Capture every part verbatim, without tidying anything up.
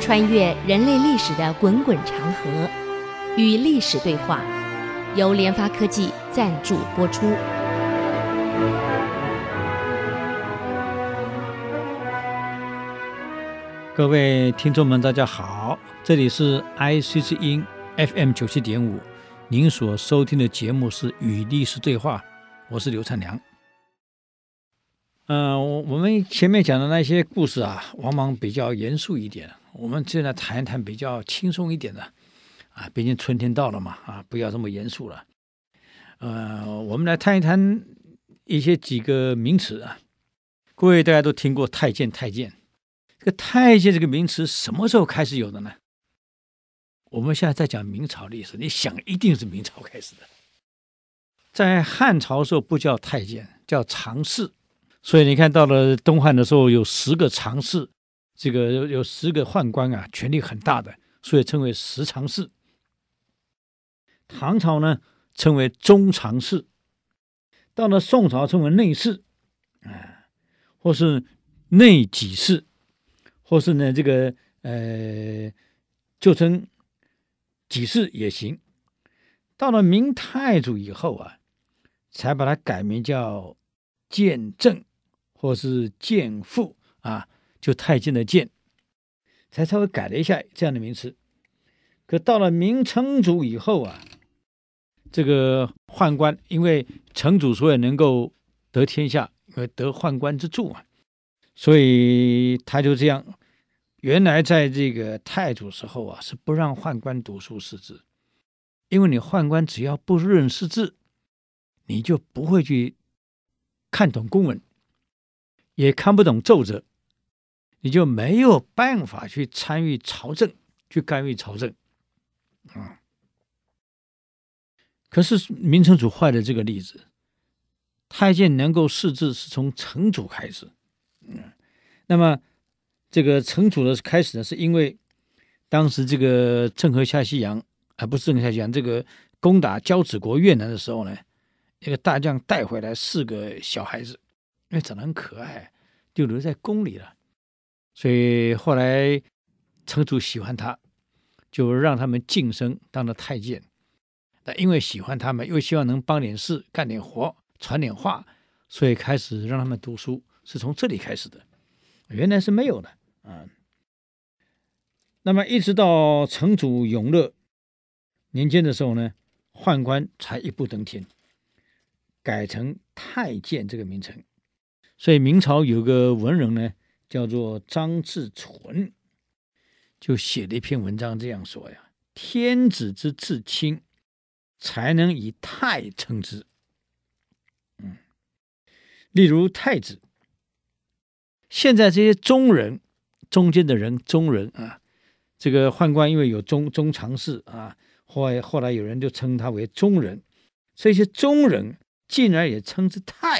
穿越人类历史的滚滚长河，与历史对话，由联发科技赞助播出。 各位听众们大家好，这里是 I C C 音 F M 九十七点五，您所收听的节目是与历史对话，我是刘灿良。呃，我们前面讲的那些故事啊，往往比较严肃一点，我们现在谈一谈比较轻松一点的啊，毕竟春天到了嘛，啊，不要这么严肃了。呃，我们来谈一谈一些几个名词啊，各位大家都听过太监，太监。这个太监这个名词什么时候开始有的呢？我们现在在讲明朝历史，你想一定是明朝开始的。在汉朝的时候不叫太监，叫常侍。所以你看到了东汉的时候有十个常侍，这个有十个宦官啊，权力很大的，所以称为十常侍。唐朝呢称为中常侍，到了宋朝称为内侍，啊，或是内给事，或是呢这个呃就称给事也行。到了明太祖以后啊，才把它改名叫监正或是监副啊，就太监的监，才稍微改了一下这样的名词。可到了明成祖以后啊，这个宦官因为成祖所以能够得天下，因为得宦官之助啊，所以他就这样。原来在这个太祖时候啊，是不让宦官读书识字，因为你宦官只要不认识字，你就不会去看懂公文，也看不懂奏折，你就没有办法去参与朝政，去干预朝政。嗯，可是明成祖坏的这个例子，太监能够识字是从成祖开始。嗯，那么这个成祖的开始呢，是因为当时这个郑和下西洋，啊，不是郑和下西洋，这个攻打交趾国越南的时候呢，一个大将带回来四个小孩子，因为长得很可爱，就留在宫里了。所以后来成祖喜欢他，就让他们晋升当了太监。但因为喜欢他们，又希望能帮点事、干点活、传点话，所以开始让他们读书，是从这里开始的。原来是没有的啊。那么一直到成祖永乐年间的时候呢，宦官才一步登天，改成太监这个名称。所以明朝有个文人呢，叫做张志纯，就写了一篇文章这样说呀：天子之至亲，才能以太称之。嗯，例如太子，现在这些中人，中间的人，中人啊，这个宦官因为有中中常侍啊，后来后来有人就称他为中人，这些中人竟然也称之太。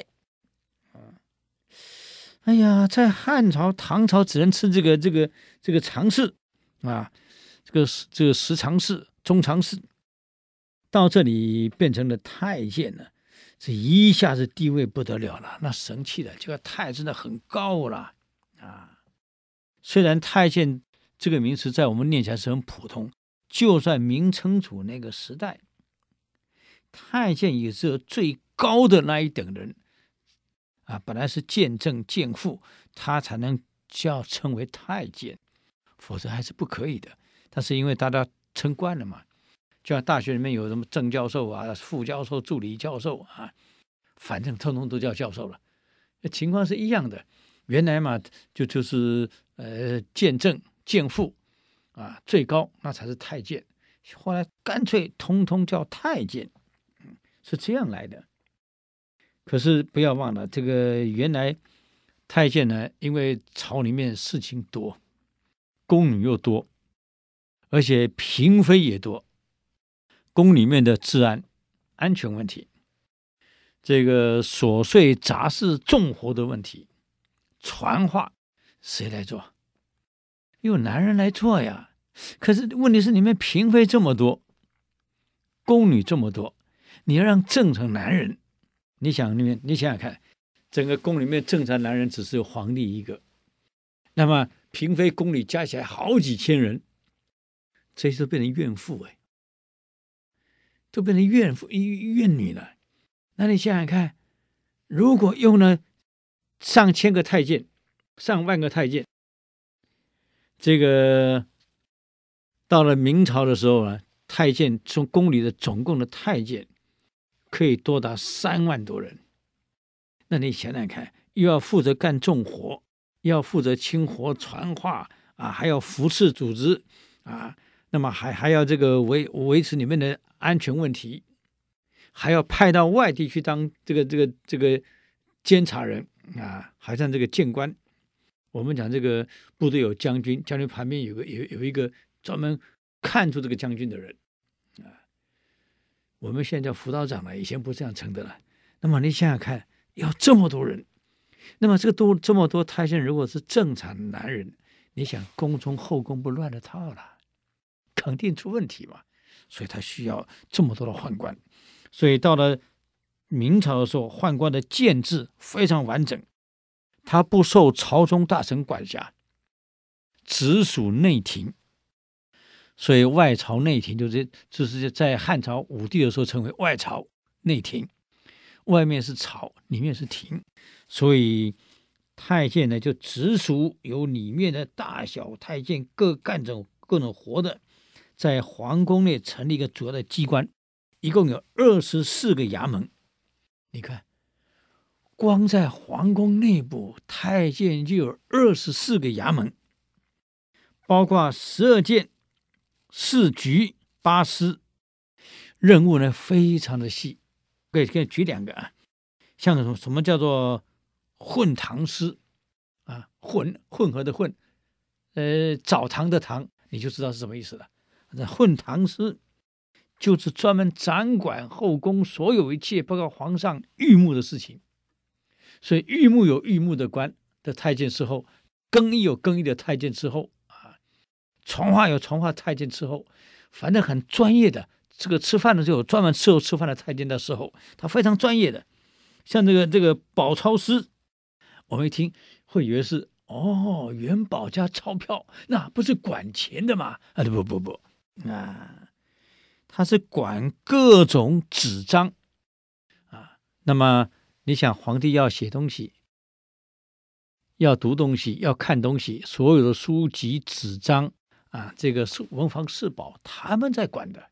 哎呀，在汉朝、唐朝只能吃这个这个这个常侍啊，这个这个十常侍、中常侍，到这里变成了太监了，这一下子地位不得了了，那神气了，这个太真的很高了啊！虽然太监这个名词在我们念起来是很普通，就算明成祖那个时代，太监也是最高的那一等人。啊，本来是监正监副，他才能叫称为太监，否则还是不可以的。但是因为大家称惯了嘛，就像大学里面有什么正教授啊、副教授、助理教授啊，反正通通都叫教授了，情况是一样的。原来嘛，就就是呃监正监副啊，最高那才是太监，后来干脆通通叫太监，是这样来的。可是不要忘了，这个原来太监呢，因为朝里面事情多，宫女又多，而且嫔妃也多，宫里面的治安、安全问题，这个琐碎杂事、重活的问题，传话谁来做？有男人来做呀。可是问题是，你们嫔妃这么多，宫女这么多，你要让正常男人。你想，你想想看，整个宫里面正常男人只是有皇帝一个， 那么嫔妃宫里加起来好几千人，这些都变成怨妇哎，都变成怨妇怨女了。那你想想看，如果用了上千个太监，上万个太监，这个到了明朝的时候呢，太监从宫里的总共的太监可以多达三万多人。那你想想看，又要负责干重活，又要负责清活传话啊，还要扶持组织啊，那么还还要这个维维持里面的安全问题，还要派到外地去当这个这个这个监察人啊，好像这个谏官。我们讲这个部队有将军，将军旁边有个有有一个专门看住这个将军的人啊。我们现在叫辅导长了，以前不这样称的了。那么你想想看，要这么多人，那么这个多这么多太监，如果是正常的男人，你想宫中后宫不乱了套了，肯定出问题嘛。所以他需要这么多的宦官。所以到了明朝的时候，宦官的建制非常完整，他不受朝中大臣管辖，直属内廷。所以外朝内廷就是就是在汉朝武帝的时候称为外朝内廷，外面是朝，里面是廷。所以太监呢，就直属由里面的大小太监各干着各种活的，在皇宫内成立一个主要的机关，一共有二十四个衙门。你看，光在皇宫内部，太监就有二十四个衙门，包括十二监、四局、八司，任务呢非常的细。可以可以举两个啊，像什么什么叫做混堂司啊，混混合的混，呃，澡堂的堂，你就知道是什么意思了。混堂司就是专门掌管后宫所有一切，包括皇上御幕的事情。所以御幕有御幕的官的太监伺候，更衣有更衣的太监伺候啊，传话有传话太监伺候，反正很专业的。这个吃饭的时候有专门伺候吃饭的太监的时候，他非常专业的。像这个这个宝钞司，我们一听会以为是哦元宝加钞票，那不是管钱的吗？啊不不不啊，他是管各种纸张啊。那么你想，皇帝要写东西，要读东西，要看东西，所有的书籍纸张啊，这个文房四宝，他们在管的。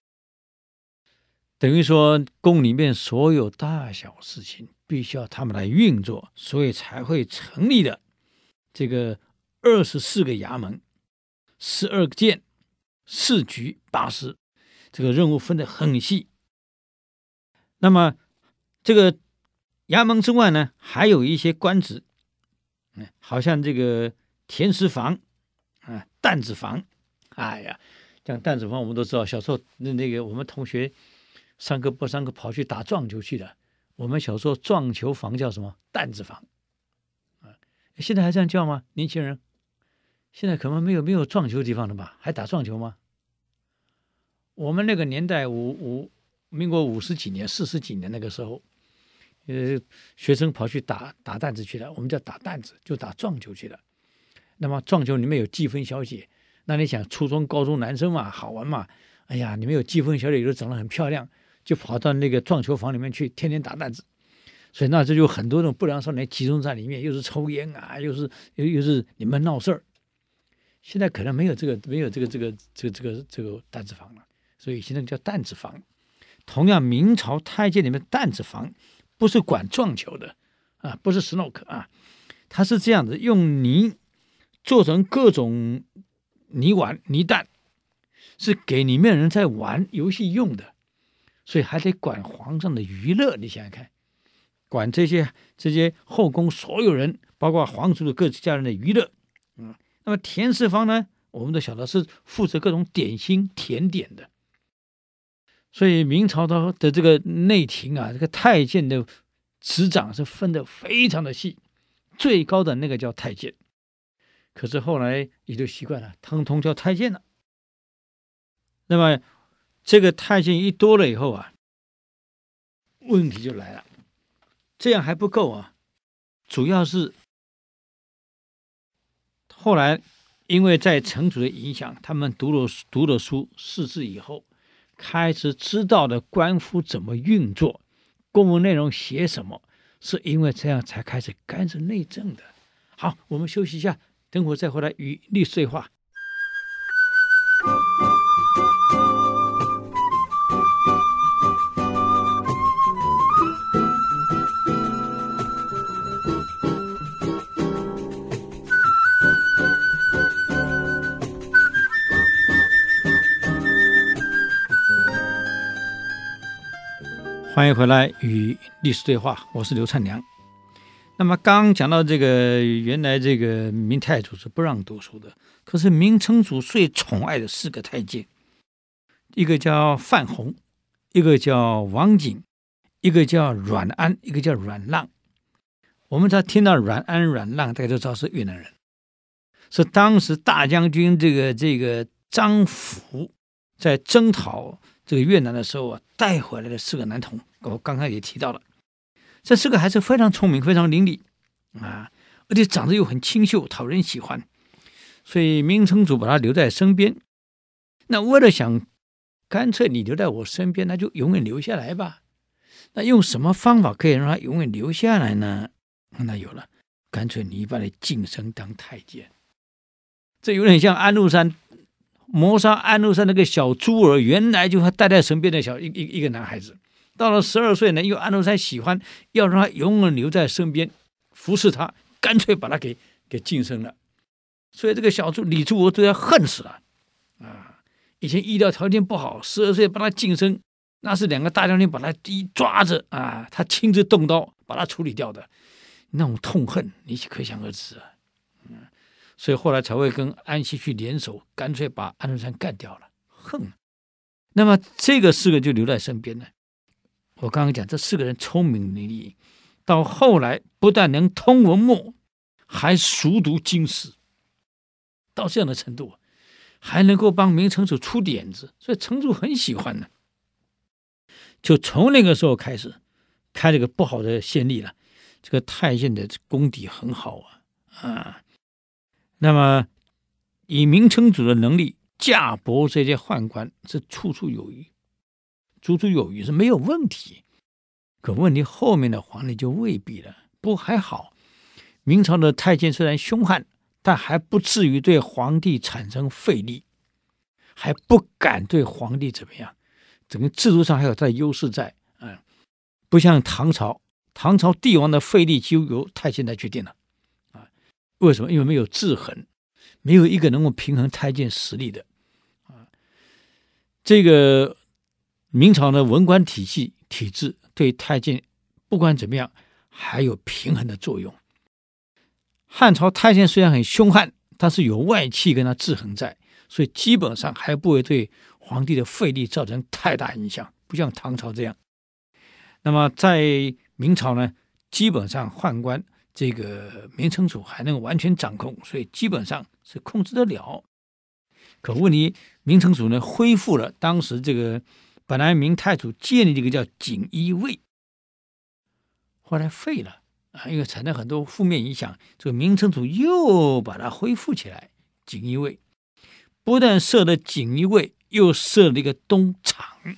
等于说宫里面所有大小事情必须要他们来运作，所以才会成立的这个二十四个衙门、十二个监、四局、八司，这个任务分得很细。那么这个衙门之外呢，还有一些官职，好像这个田食房啊、担子房。哎呀，讲担子房我们都知道，小时候那那个我们同学上课不上课跑去打撞球去的，我们小时候撞球房叫什么？担子房啊！现在还这样叫吗？年轻人现在可能没有没有撞球地方了吧？还打撞球吗？我们那个年代五五民国五十几年、四十几年那个时候，呃，学生跑去打打担子去了，我们叫打担子，就打撞球去了。那么撞球里面有计分小姐，那你想初中、高中男生嘛，好玩嘛？哎呀，你们有计分小姐，都长得很漂亮。就跑到那个撞球房里面去，天天打担子，所以那这就很多种不良少年集中在里面，又是抽烟啊，又是又又是你们闹事儿。现在可能没有这个没有这个这个这个这个这个担子房了，所以现在叫担子房。同样，明朝太监里面担子房不是管撞球的啊，不是 snook 啊，它是这样子，用泥做成各种泥丸、泥蛋，是给里面人在玩游戏用的。所以还得管皇上的娱乐，你想想看，管这些这些后宫所有人，包括皇族的各家人的娱乐。嗯，那么田食房呢，我们都晓得是负责各种点心甜点的。所以明朝的的这个内廷啊，这个太监的职掌是分得非常的细，最高的那个叫太监。可是后来也就习惯了，通通叫太监了。那么这个太监一多了以后啊，问题就来了。这样还不够啊，主要是后来因为在城主的影响，他们读了读了书识字以后，开始知道了官府怎么运作，公文内容写什么，是因为这样才开始干涉内政的。好，我们休息一下，等会儿再回来与历史对话。欢迎回来与历史对话，我是刘灿良。那么刚刚讲到这个，原来这个明太祖是不让读书的，可是明成祖最宠爱的四个太监，一个叫范弘，一个叫王景，一个叫阮安，一个叫阮浪。我们才听到阮安、阮浪，大家都知道是越南人，是当时大将军这个这个张辅在征讨这个越南的时候啊，带回来的四个男童。我刚才也提到了，这四个孩子非常聪明，非常伶俐啊，而且长得又很清秀，讨人喜欢，所以明成祖把他留在身边。那为了想干脆你留在我身边，那就永远留下来吧。那用什么方法可以让他永远留下来呢？那有了，干脆你把他晋升当太监。这有点像安禄山谋杀安禄山那个小猪儿，原来就他带在身边的小一一一个男孩子。到了十二岁呢，因为安禄山喜欢，要让他永远留在身边，服侍他，干脆把他给给晋升了。所以这个小猪李猪儿都要恨死了啊！以前医疗条件不好，十二岁把他晋升，那是两个大将军把他一抓着啊，他亲自动刀把他处理掉的，那种痛恨你可想而知啊。嗯，所以后来才会跟安西去联手，干脆把安禄山干掉了。恨。那么这个四个就留在身边了。我刚刚讲这四个人聪明伶俐，到后来不但能通文墨，还熟读经史，到这样的程度，还能够帮明成祖出点子，所以成祖很喜欢呢。就从那个时候开始，开了个不好的先例了。这个太监的功底很好啊啊，那么以明成祖的能力架驳这些宦官是处处有余。足足有余是没有问题，可问题后面的皇帝就未必了。不过还好，明朝的太监虽然凶悍，但还不至于对皇帝产生废力，还不敢对皇帝怎么样。整个制度上还有它的优势在，嗯，不像唐朝，唐朝帝王的废力就由太监来决定了啊。为什么？因为没有制衡，没有一个能够平衡太监实力的啊。这个。明朝的文官体系体制对太监不管怎么样还有平衡的作用。汉朝太监虽然很凶悍，但是有外戚跟他制衡在，所以基本上还不会对皇帝的废力造成太大影响，不像唐朝这样。那么在明朝呢，基本上宦官这个明成祖还能完全掌控，所以基本上是控制得了。可问题明成祖呢，恢复了当时这个本来明太祖建立这个叫锦衣卫，后来废了啊，因为产生很多负面影响，这个明成祖又把它恢复起来。锦衣卫不但设了锦衣卫，又设了一个东厂。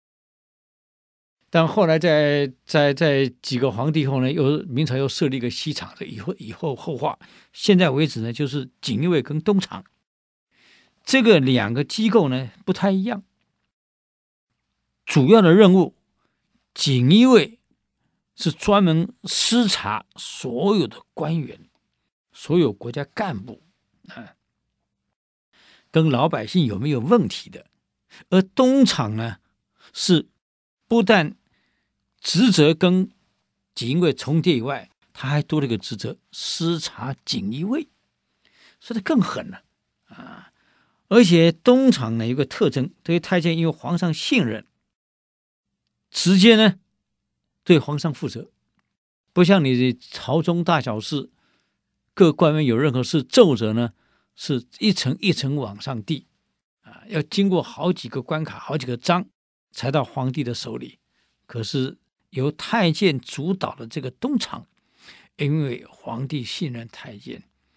但后来在在在几个皇帝后呢，又明朝又设立一个西厂，以后以后后话。现在为止呢，就是锦衣卫跟东厂这个两个机构呢不太一样。主要的任务，锦衣卫是专门视察所有的官员、所有国家干部啊，跟老百姓有没有问题的。而东厂呢，是不但职责跟锦衣卫重叠以外，他还多了一个职责，视察锦衣卫，所以他更狠了啊！而且东厂呢有个特征，这些太监因为皇上信任，直接呢对皇上负责，不像你的朝中大小事，各官员有任何事奏折呢，是一层一层往上递啊，要经过好几个关卡、好几个章才到皇帝的手里。可是由太监主导的这个东厂，因为皇帝信任太监，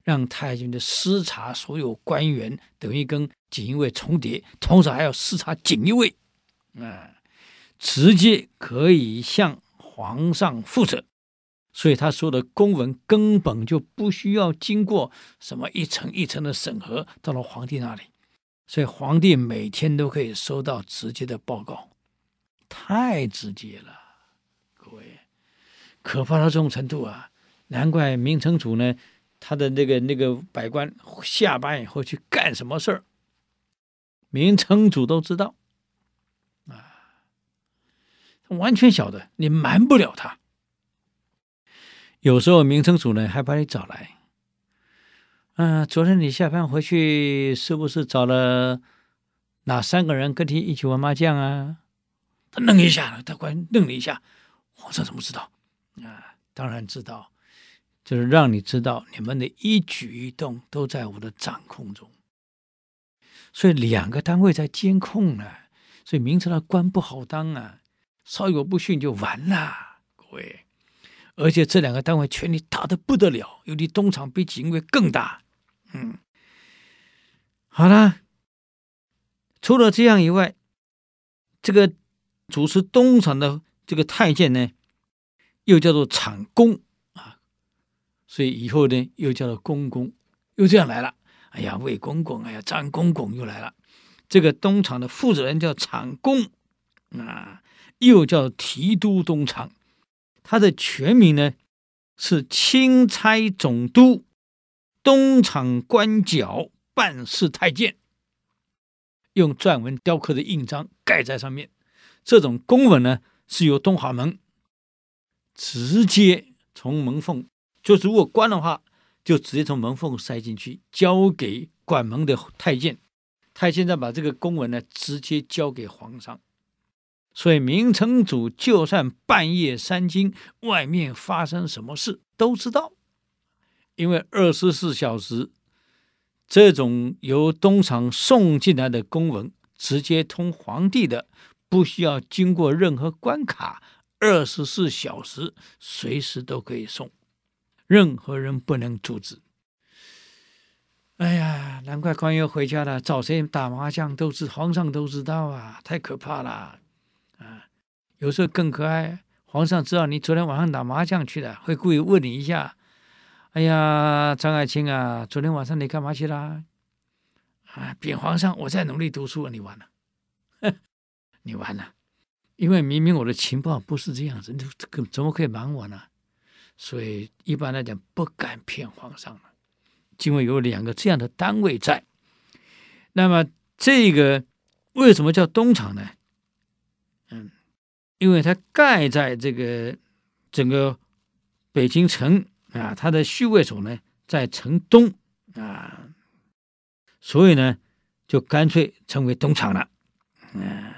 让太监的视察所有官员，等于跟锦衣卫重叠，同时还要视察锦衣卫，啊，直接可以向皇上负责。所以他说的公文根本就不需要经过什么一层一层的审核，到了皇帝那里，所以皇帝每天都可以收到直接的报告，太直接了，各位，可怕到这种程度啊！难怪明成祖呢，他的那个那个百官下班以后去干什么事儿，明成祖都知道啊，完全晓得，你瞒不了他。有时候明成祖呢还把你找来，嗯、呃，昨天你下班回去是不是找了哪三个人跟你一起玩麻将啊？他愣一下，他官愣了一下，皇上怎么知道啊？当然知道，就是让你知道你们的一举一动都在我的掌控中。所以两个单位在监控呢，所以明朝的官不好当啊，稍有不逊就完了，各位。而且这两个单位权力大得不得了，尤其东厂比锦衣卫更大。嗯，好了，除了这样以外，这个主持东厂的这个太监呢，又叫做厂公啊，所以以后呢又叫做公公，又这样来了。哎呀，魏公公，哎呀，张公公又来了。这个东厂的负责人叫厂公啊，又叫提督东厂。他的全名呢是钦差总督东厂官角办事太监，用篆文雕刻的印章盖在上面。这种公文呢是由东华门直接从门缝，就是如果关的话，就直接从门缝塞进去，交给管门的太监。太监再把这个公文呢直接交给皇上。所以明成祖就算半夜三更，外面发生什么事都知道，因为二十四小时这种由东厂送进来的公文直接通皇帝的，不需要经过任何关卡，二十四小时随时都可以送，任何人不能阻止。哎呀，难怪官员回家了，找谁打麻将都知，皇上都知道啊，太可怕了啊！有时候更可爱，皇上知道你昨天晚上打麻将去了，会故意问你一下：“哎呀，张爱卿啊，昨天晚上你干嘛去了？”啊，禀皇上，我在努力读书，你完了，你完了，因为明明我的情报不是这样子，你怎么可以瞒我呢？所以一般来讲不敢骗皇上了，因为有两个这样的单位在。那么这个为什么叫东厂呢？嗯，因为它盖在这个整个北京城啊，它的虚位所呢在城东啊，所以呢就干脆称为东厂了。嗯，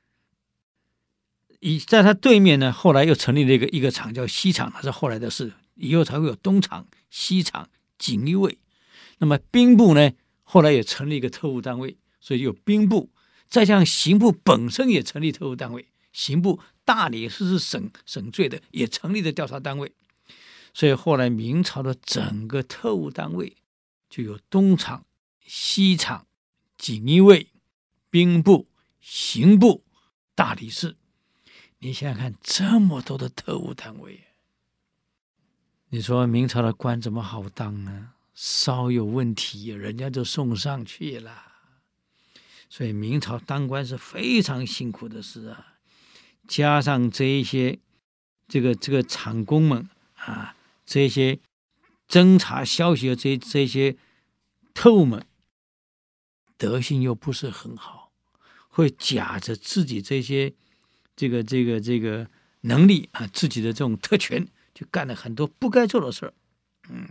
以在它对面呢，后来又成立了一个一个厂叫西厂，那是后来的事，以后才会有东厂、西厂、锦衣卫。那么兵部呢，后来也成立一个特务单位，所以有兵部。再加上刑部本身也成立特务单位，刑部大理寺是省省罪的，也成立了调查单位。所以后来明朝的整个特务单位就有东厂、西厂、锦衣卫、兵部、刑部、大理寺。你想想看，这么多的特务单位，你说明朝的官怎么好当呢？稍有问题，人家就送上去了。所以明朝当官是非常辛苦的事啊，加上这一些这个这个厂工们啊，这些侦查消息的这这些特务们，德行又不是很好，会假着自己这些这个这个这个能力啊，自己的这种特权，就干了很多不该做的事儿。嗯，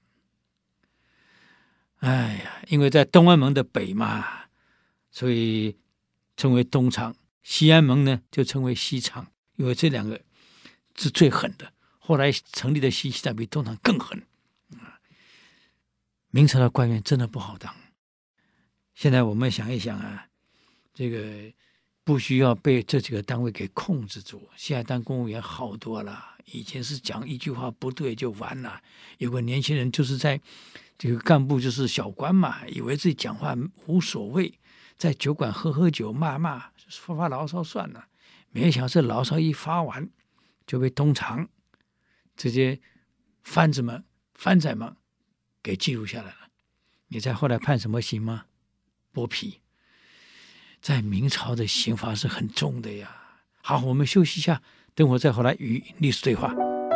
哎呀，因为在东安门的北嘛。所以称为东厂，西安门呢就称为西厂，因为这两个是最狠的。后来成立的西西厂比东厂更狠啊！明朝的官员真的不好当。现在我们想一想啊，这个不需要被这几个单位给控制住。现在当公务员好多了，以前是讲一句话不对就完了。有个年轻人就是在这个干部就是小官嘛，以为自己讲话无所谓，在酒馆喝喝酒骂骂发发牢骚算了，没想到这牢骚一发完就被东厂这些番子们番仔们给记录下来了。你猜后来判什么刑吗？剥皮。在明朝的刑罚是很重的呀。好，我们休息一下，等会再回来与历史对话。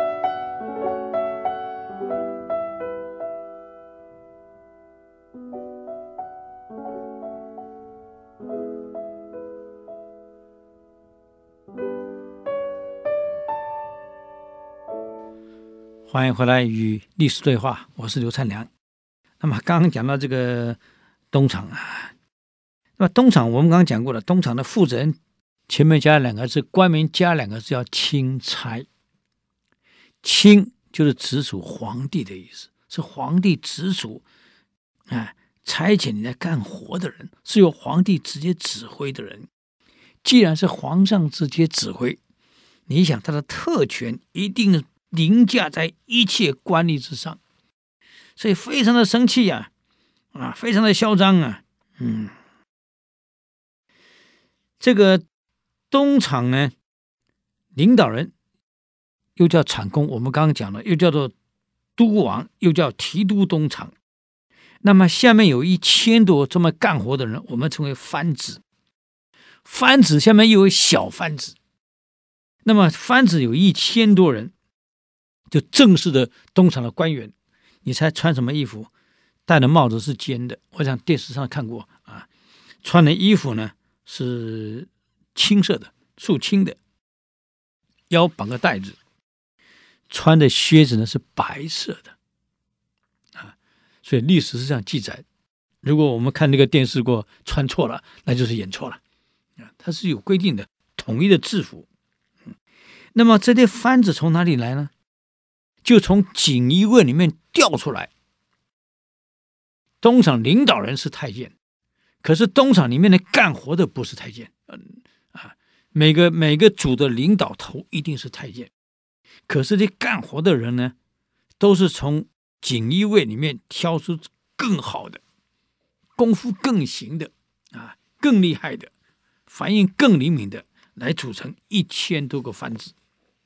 欢迎回来与历史对话，我是刘灿良。那么刚刚讲到这个东厂啊，那么东厂我们刚刚讲过了，东厂的负责人前面加两个字，官名加两个字叫钦差。钦就是直属皇帝的意思，是皇帝直属啊，差遣你来干活的人，是由皇帝直接指挥的人。既然是皇上直接指挥，你想他的特权一定凌驾在一切官吏之上，所以非常的生气呀、啊，啊，非常的嚣张啊，嗯，这个东厂呢，领导人又叫厂公，我们刚刚讲了，又叫做都王，又叫提督东厂。那么下面有一千多这么干活的人，我们称为番子。番子下面又有小番子，那么番子有一千多人。就正式的东厂的官员，你猜穿什么衣服？戴的帽子是尖的，我想电视上看过啊。穿的衣服呢是青色的，素青的，腰绑个带子。穿的靴子呢是白色的，啊，所以历史是这样记载。如果我们看那个电视过穿错了，那就是演错了，啊，它是有规定的，统一的制服。嗯，那么这些番子从哪里来呢？就从锦衣卫里面调出来。东厂领导人是太监，可是东厂里面的干活的不是太监。嗯啊，每个每个组的领导头一定是太监，可是这干活的人呢，都是从锦衣卫里面挑出更好的、功夫更行的啊，更厉害的、反应更灵敏的，来组成一千多个番子。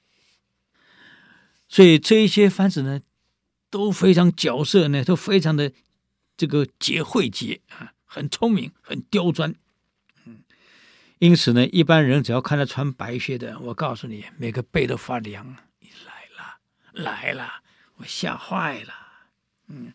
所以这一些番子呢，都非常角色呢，都非常的这个结慧结啊，很聪明，很刁钻。嗯，因此呢，一般人只要看他穿白靴的，我告诉你，每个背都发凉。来了，来了，我吓坏了。嗯，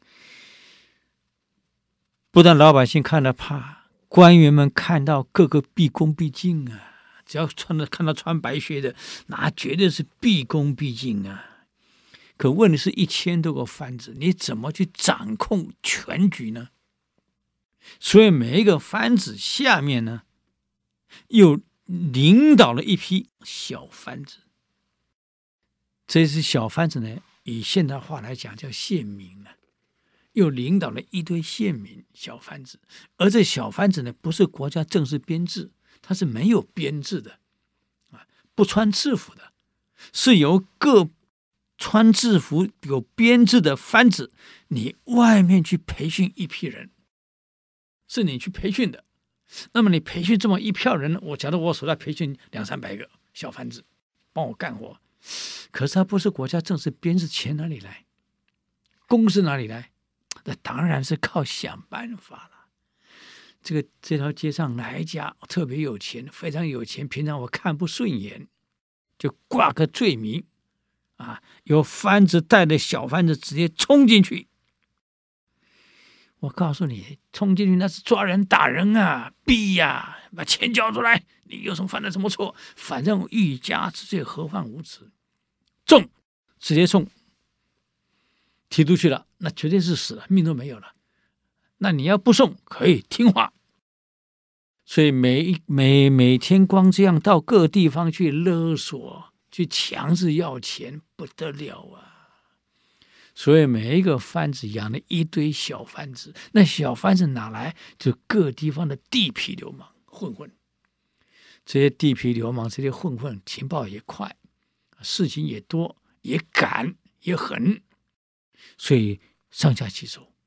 不但老百姓看了怕，官员们看到个个毕恭毕敬啊。只要穿的看到穿白靴的，那绝对是毕恭毕敬啊。可问题是一千多个番子，你怎么去掌控全局呢？所以每一个番子下面呢，又领导了一批小番子。这些小番子呢，以现代话来讲叫县民啊，又领导了一堆县民小番子。而这小番子呢，不是国家正式编制，它是没有编制的啊，不穿制服的，是由各穿制服有编制的番子，你外面去培训一批人，是你去培训的。那么你培训这么一票人，我假如我手下培训两三百个小番子，帮我干活，可是他不是国家正式编制，钱哪里来？工是哪里来？那当然是靠想办法了。这个这条街上哪一家特别有钱，非常有钱，平常我看不顺眼，就挂个罪名。啊！有番子带着小番子直接冲进去，我告诉你，冲进去那是抓人打人啊，逼呀、啊，把钱交出来，你有什么犯了什么错？反正欲加之罪，何患无辞？重，直接送提督去了，那绝对是死了，命都没有了。那你要不送，可以听话。所以每每每天光这样到各地方去勒索。去强制要钱，不得了啊！所以每一个番子养了一堆小番子，那小番子哪来？就各地方的地痞流氓混混。这些地痞流氓，这些混混情报也快，事情也多，也敢也狠，所以上下其手，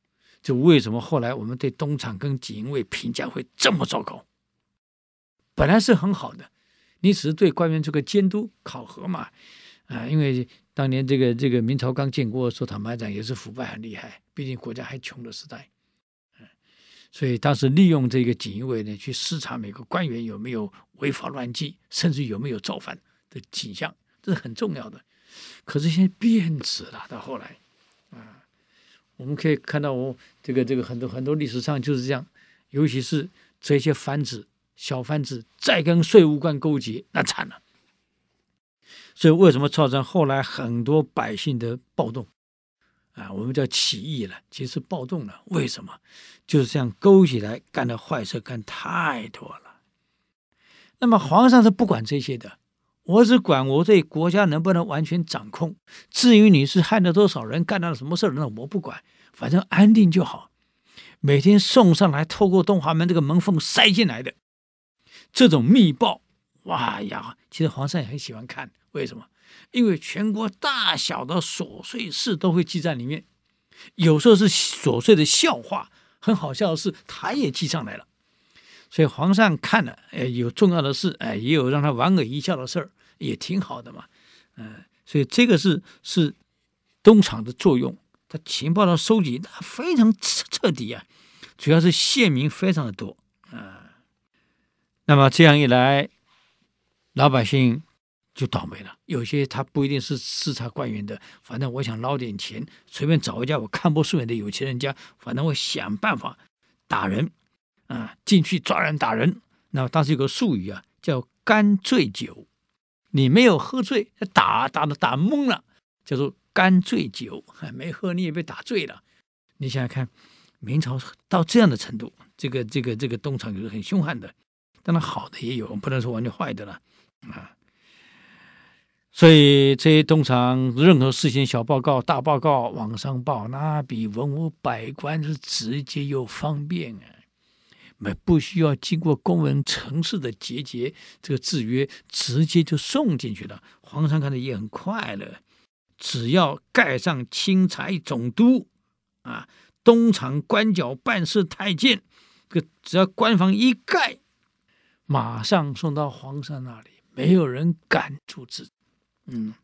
就为什么后来我们对东厂跟锦衣卫评价会这么糟糕？本来是很好的，你只是对官员这个监督考核嘛，啊，因为当年这个这个明朝刚建国的时候，坦白讲也是腐败很厉害，毕竟国家还穷的时代，嗯，所以当时利用这个锦衣卫呢，去视察每个官员有没有违法乱纪，甚至有没有造反的倾向，这是很重要的。可是现在变质了，到后来啊，我们可以看到我这个这个很多很多历史上就是这样，尤其是这些藩子。小贩子再跟税务官勾结，那惨了。所以为什么造成后来很多百姓的暴动啊？我们叫起义了，其实暴动了。为什么？就是这样勾起来干的坏事干太多了。那么皇上是不管这些的，我只管我对国家能不能完全掌控。至于你是害了多少人，干了什么事，那我不管，反正安定就好。每天送上来，透过东华门这个门缝塞进来的。这种密报，哇呀！其实皇上也很喜欢看，为什么？因为全国大小的琐碎事都会记在里面，有时候是琐碎的笑话，很好笑的事，他也记上来了。所以皇上看了，哎，有重要的事，哎，也有让他莞尔一笑的事儿，也挺好的嘛。嗯、呃，所以这个是是东厂的作用，他情报的收集那非常彻底啊，主要是县民非常的多啊。呃那么这样一来，老百姓就倒霉了。有些他不一定是视察官员的，反正我想捞点钱，随便找一家我看不顺眼的有钱人家，反正我想办法打人啊，进去抓人打人。那么当时有个术语啊，叫干醉酒。你没有喝醉，打打的打懵了，叫做干醉酒。没喝你也被打醉了。你想想看，明朝到这样的程度，这个这个这个东厂就是很凶悍的。当然好的也有，不能说完全坏的了啊。所以这些东厂任何事情小报告大报告往上报，那比文武百官是直接又方便啊，没不需要经过公文程式的节节这个制约，直接就送进去了。皇上看的也很快乐，只要盖上钦差总督啊，东厂官角办事太监，这个只要官方一盖，马上送到皇上那里，没有人敢阻止。嗯，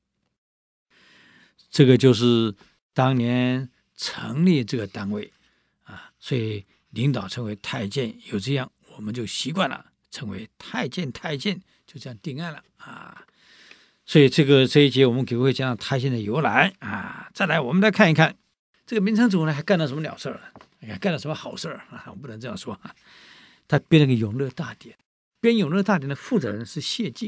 这个就是当年成立这个单位啊，所以领导称为太监，有这样我们就习惯了，称为太监，太监就这样定案了啊。所以这个这一节我们给各位讲讲太监的由来啊。再来，我们来看一看这个明成祖呢，还干了什么鸟事儿？还干了什么好事儿啊？我不能这样说啊。他编了个永乐大典，编永乐大典的负责人是谢晋，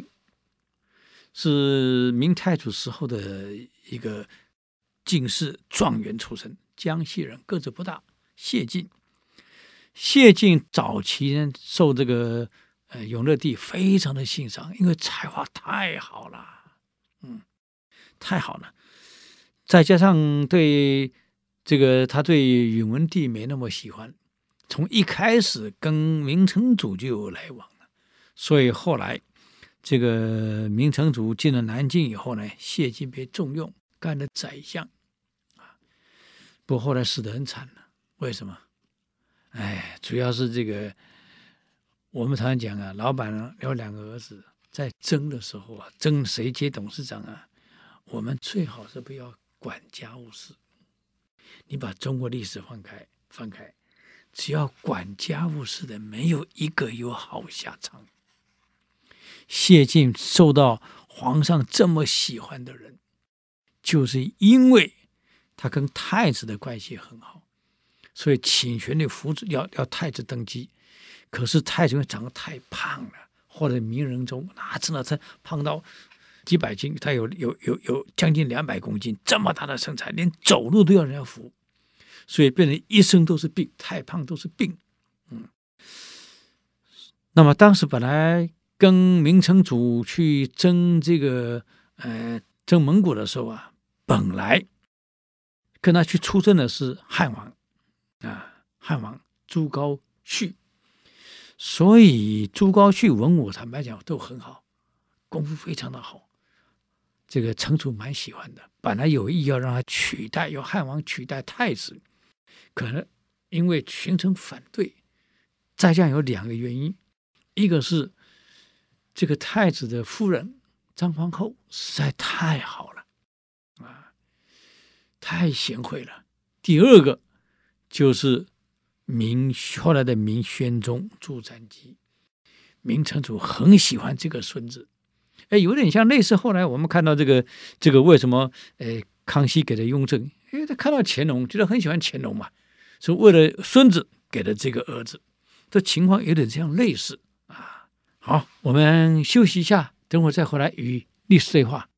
是明太祖时候的一个进士状元出身，江西人，个子不大。谢晋，谢晋早期呢受这个呃永乐帝非常的欣赏，因为才华太好了，嗯，太好了。再加上对这个他对允文帝没那么喜欢，从一开始跟明成祖就有来往了，所以后来这个明成祖进了南京以后呢，谢晋被重用，干了宰相啊。不过后来死得很惨了，为什么？哎，主要是这个我们常常讲啊，老板有两个儿子，在争的时候啊，争谁接董事长啊，我们最好是不要管家务事。你把中国历史翻开翻开，只要管家务事的，没有一个有好下场。谢晋受到皇上这么喜欢的人，就是因为他跟太子的关系很好，所以请全力扶持要要太子登基。可是太子因为长得太胖了，或者名人中那真的他胖到几百斤，他有有有有将近两百公斤，这么大的身材，连走路都要人家扶，所以变成一身都是病，太胖都是病。嗯，那么当时本来跟明成祖去争这个呃争蒙古的时候啊，本来跟他去出征的是汉王啊，汉王朱高煦，所以朱高煦文武坦白讲都很好，功夫非常的好，这个成祖蛮喜欢的。本来有意要让他取代，由汉王取代太子， 可能因为群臣反对，再加上有两个原因，一个是这个太子的夫人张皇后实在太好了啊，太贤惠了。第二个就是明后来的明宣宗朱瞻基，明成祖很喜欢这个孙子，哎，有点像类似后来我们看到这个这个为什么呃康熙给的雍正，因为他看到乾隆，觉得很喜欢乾隆嘛，是为了孙子给的这个儿子，这情况有点这样类似啊。好，我们休息一下，等会儿再回来与历史对话。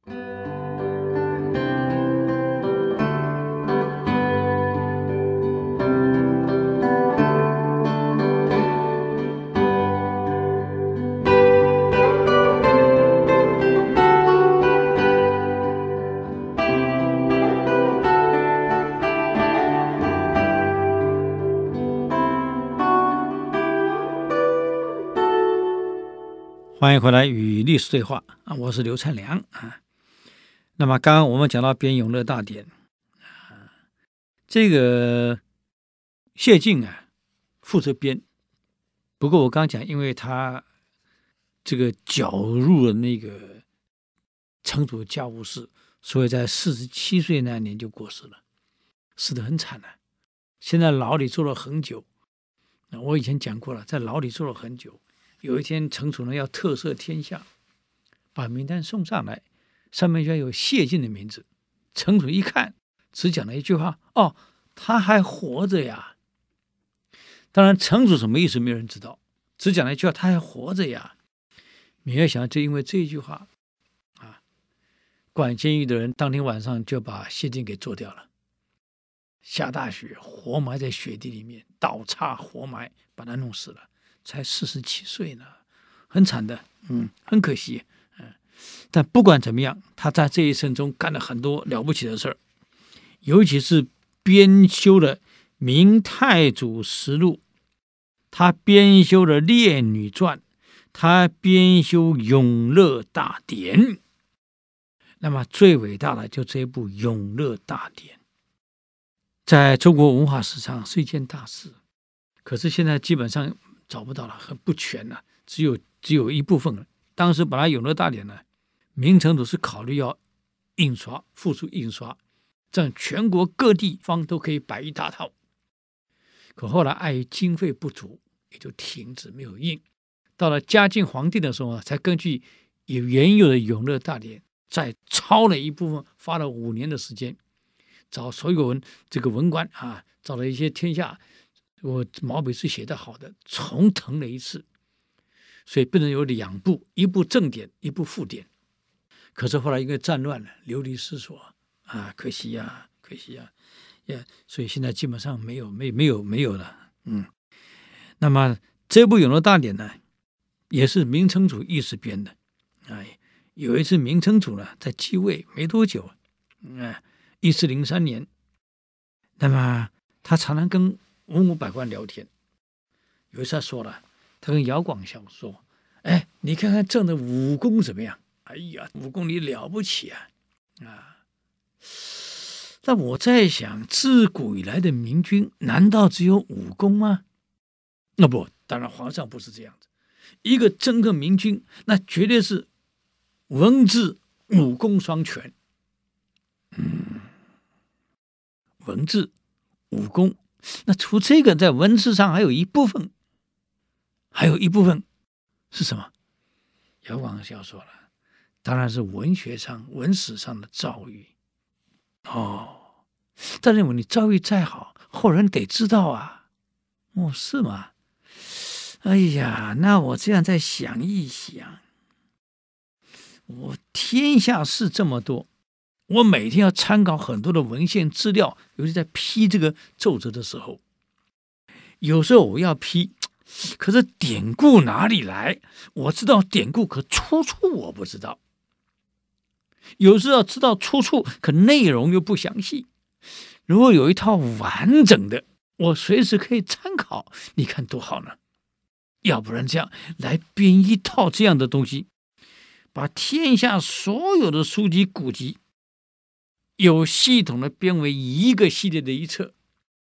欢迎回来与历史对话啊！我是刘灿良啊。那么刚刚我们讲到编《永乐大典》啊，这个谢晋啊负责编，不过我刚刚讲，因为他这个搅入了那个成祖的家务事，所以在四十七岁那年就过世了，死得很惨啊。现在牢里坐了很久，我以前讲过了，在牢里坐了很久。有一天，成祖呢要特赦天下，把名单送上来，上面居然有谢晋的名字。成祖一看，只讲了一句话：“哦，他还活着呀。”当然，成祖什么意思，没有人知道，只讲了一句话：“他还活着呀。”没有想到，就因为这一句话，啊，管监狱的人当天晚上就把谢晋给做掉了。下大雪，活埋在雪地里面，倒插活埋，把他弄死了。才四十七岁呢，很惨的，嗯，很可惜，嗯。但不管怎么样，他在这一生中干了很多了不起的事儿，尤其是编修了《明太祖实录》，他编修了《列女传》，他编修《永乐大典》。那么最伟大的就这一部《永乐大典》，在中国文化史上是一件大事，可是现在基本上找不到了，很不全了，只有只有一部分了。当时本来《永乐大典》呢，明成祖是考虑要印刷，复出印刷，这样全国各地方都可以摆一大套。可后来碍于经费不足，也就停止没有印。到了嘉靖皇帝的时候呢，才根据原有的《永乐大典》再抄了一部分，花了五年的时间，找所有文这个文官啊，找了一些天下我毛笔字写得好的，重誊了一次，所以变成有两部，一部正典，一部副典。可是后来因为战乱了，流离失所啊，可惜呀、啊，可惜呀、啊，呀，所以现在基本上没有，没没有没有了，嗯。那么这部《永乐大典》呢，也是明成祖一时编的，哎，有一次明成祖呢在继位没多久，嗯，一四零三年，那么他常常跟文武百官聊天，有一次他说了，他跟姚广孝说：“哎，你看看朕的武功怎么样？哎呀，武功你了不起啊！啊！但我在想，自古以来的明君，难道只有武功吗？那不，当然皇上不是这样子。一个真正明君，那绝对是文治武功双全。嗯，文治武功。”那除这个，在文字上还有一部分，还有一部分是什么？姚广孝说了，当然是文学上、文史上的造诣。哦，但认为你造诣再好，后人得知道啊。哦，是吗？哎呀，那我这样再想一想，我天下事这么多。我每天要参考很多的文献资料，尤其在批这个奏折的时候，有时候我要批，可是典故哪里来？我知道典故，可出处我不知道。有时候要知道出处，可内容又不详细。如果有一套完整的，我随时可以参考，你看多好呢？要不然这样来编一套这样的东西，把天下所有的书籍古籍有系统的编为一个系列的一册，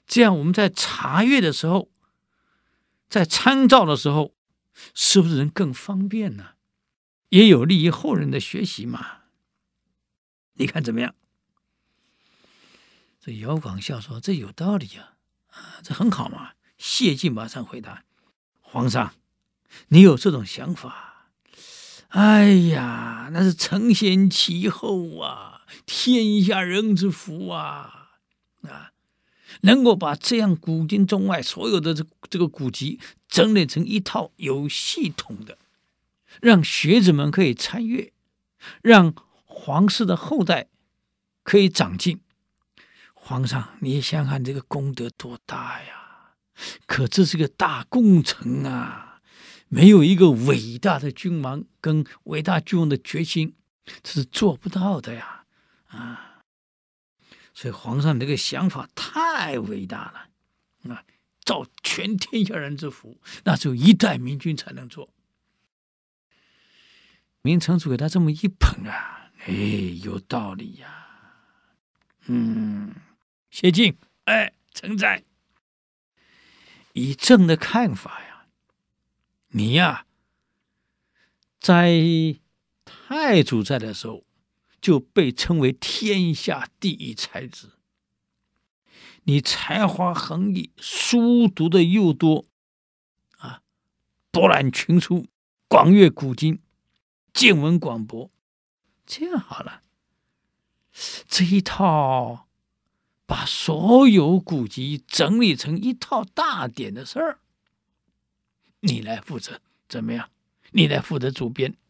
这样我们在查阅的时候，在参照的时候，是不是能更方便呢？也有利于后人的学习嘛。你看怎么样？这姚广孝说：“这有道理啊，啊，这很好嘛。”谢晋马上回答：“皇上，你有这种想法，哎呀，那是承先启后啊，天下人之福啊！啊，能够把这样古今中外所有的这这个古籍整理成一套有系统的，让学子们可以参阅，让皇室的后代可以长进。皇上，你想想看，这个功德多大呀！可这是个大工程啊，没有一个伟大的君王跟伟大君王的决心，这是做不到的呀！啊，所以皇上这个想法太伟大了啊！造全天下人之福，那只有一代明君才能做。明成祖给他这么一捧啊，哎，有道理呀！嗯，谢晋，哎，称赞。以朕的看法呀，你呀，在太祖在的时候就被称为天下第一才子。你才华横溢，书读的又多啊，博览群书，广阅古今，见闻广博。这样好了，这一套把所有古籍整理成一套大典的事儿，你来负责，怎么样？你来负责主编。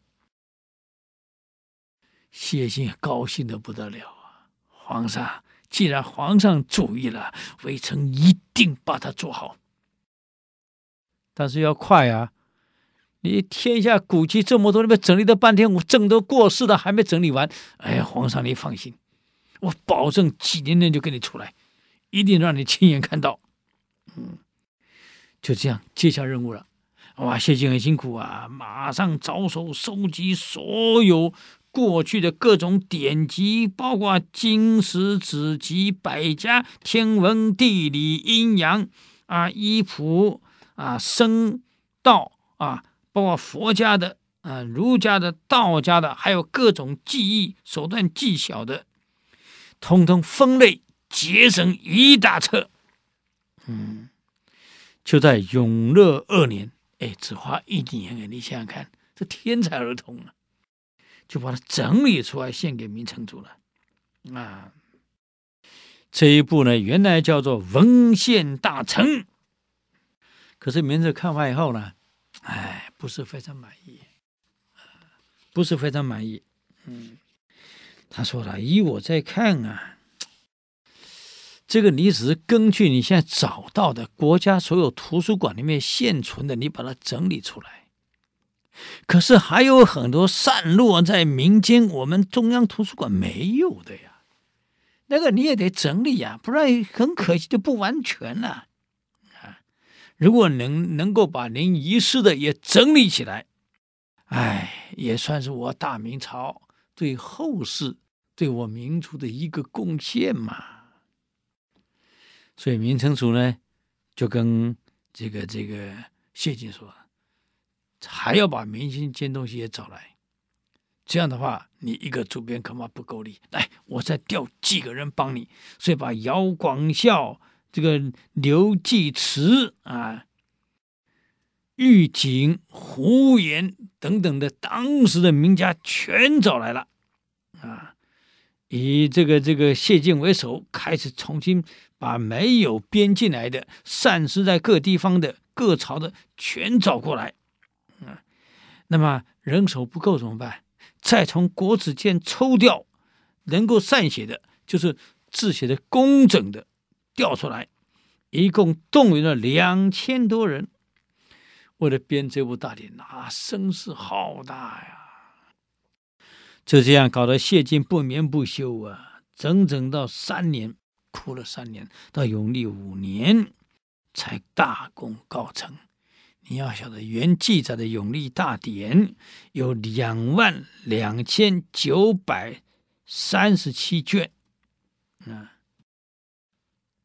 谢晋高兴得不得了啊！皇上，既然皇上主意了，微臣一定把它做好。但是要快啊！你天下古籍这么多，你们整理了半天，我朕都过世了，还没整理完。哎，皇上你放心，我保证几年内就给你出来，一定让你亲眼看到。嗯，就这样接下任务了。哇，谢晋很辛苦啊，马上着手收集所有过去的各种典籍，包括经史子集、百家、天文、地理、阴阳啊、医谱啊、僧道啊，包括佛家的啊、儒家的、道家的，还有各种技艺手段技巧的，通通分类结成一大册。嗯，就在永乐二年，哎，只花一年啊！你想想看，这天才儿童啊，就把它整理出来献给明成祖了啊！这一部呢，原来叫做《文献大成》，可是明成看完以后呢，哎，不是非常满意，不是非常满意。嗯，他说了，依我在看啊，这个你只是根据你现在找到的国家所有图书馆里面现存的，你把它整理出来。可是还有很多散落在民间，我们中央图书馆没有的呀，那个你也得整理呀，不然很可惜就不完全了啊。如果能能够把您遗失的也整理起来，哎，也算是我大明朝对后世对我民族的一个贡献嘛。所以明成祖呢，就跟这个这个谢晋说，还要把民间东西也找来。这样的话，你一个主编恐怕不够力。来，我再调几个人帮你。所以把姚广孝、这个刘继慈啊、玉景、胡言等等的当时的名家全找来了啊。以这个这个谢晋为首，开始重新把没有编进来的、散失在各地方的、各朝的全找过来。啊，那么人手不够怎么办？再从国子监抽调能够善写的，就是字写的工整的调出来，一共动员了两千多人，为了编这部大典，那声势浩大呀！就这样搞得谢晋不眠不休啊，整整到三年，哭了三年，到永历五年才大功告成。你要晓得，原记载的永历大典有两万两千九百三十七卷啊，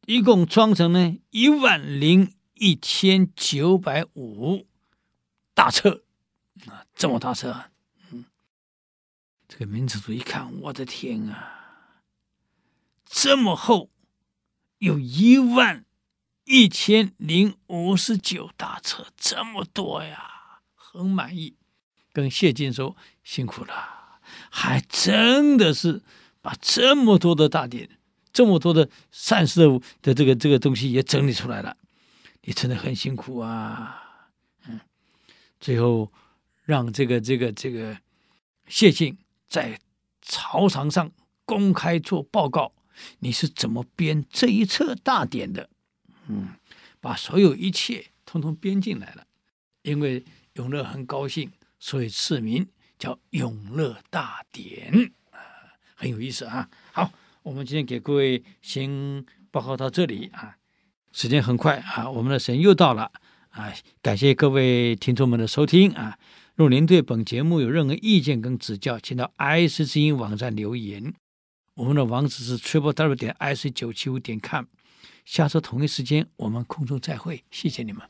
一共装成呢一万零一千九百五大册啊，这么大册啊！嗯，这个明成祖一看，我的天啊，这么厚，有一万一千零五十九大册，这么多呀，很满意。跟谢晋说辛苦了，还真的是把这么多的大典，这么多的善事的这个这个东西也整理出来了，你真的很辛苦啊。嗯，最后让这个这个这个谢晋在朝堂上公开做报告，你是怎么编这一册大典的？嗯，把所有一切通通编进来了。因为永乐很高兴，所以赐名叫永乐大典，很有意思啊。好，我们今天给各位先报告到这里啊，时间很快啊，我们的时间又到了啊，感谢各位听众们的收听啊。若您对本节目有任何意见跟指教，请到 I C 之音网站留言。我们的网址是 triple w 点 i c 九七五点 com。下周同一时间我们空中再会，谢谢你们。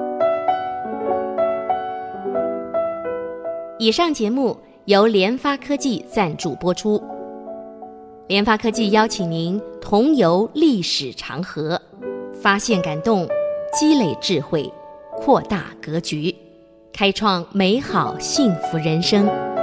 以上节目由联发科技赞助播出。联发科技邀请您同游历史长河，发现感动，积累智慧，扩大格局，开创美好幸福人生。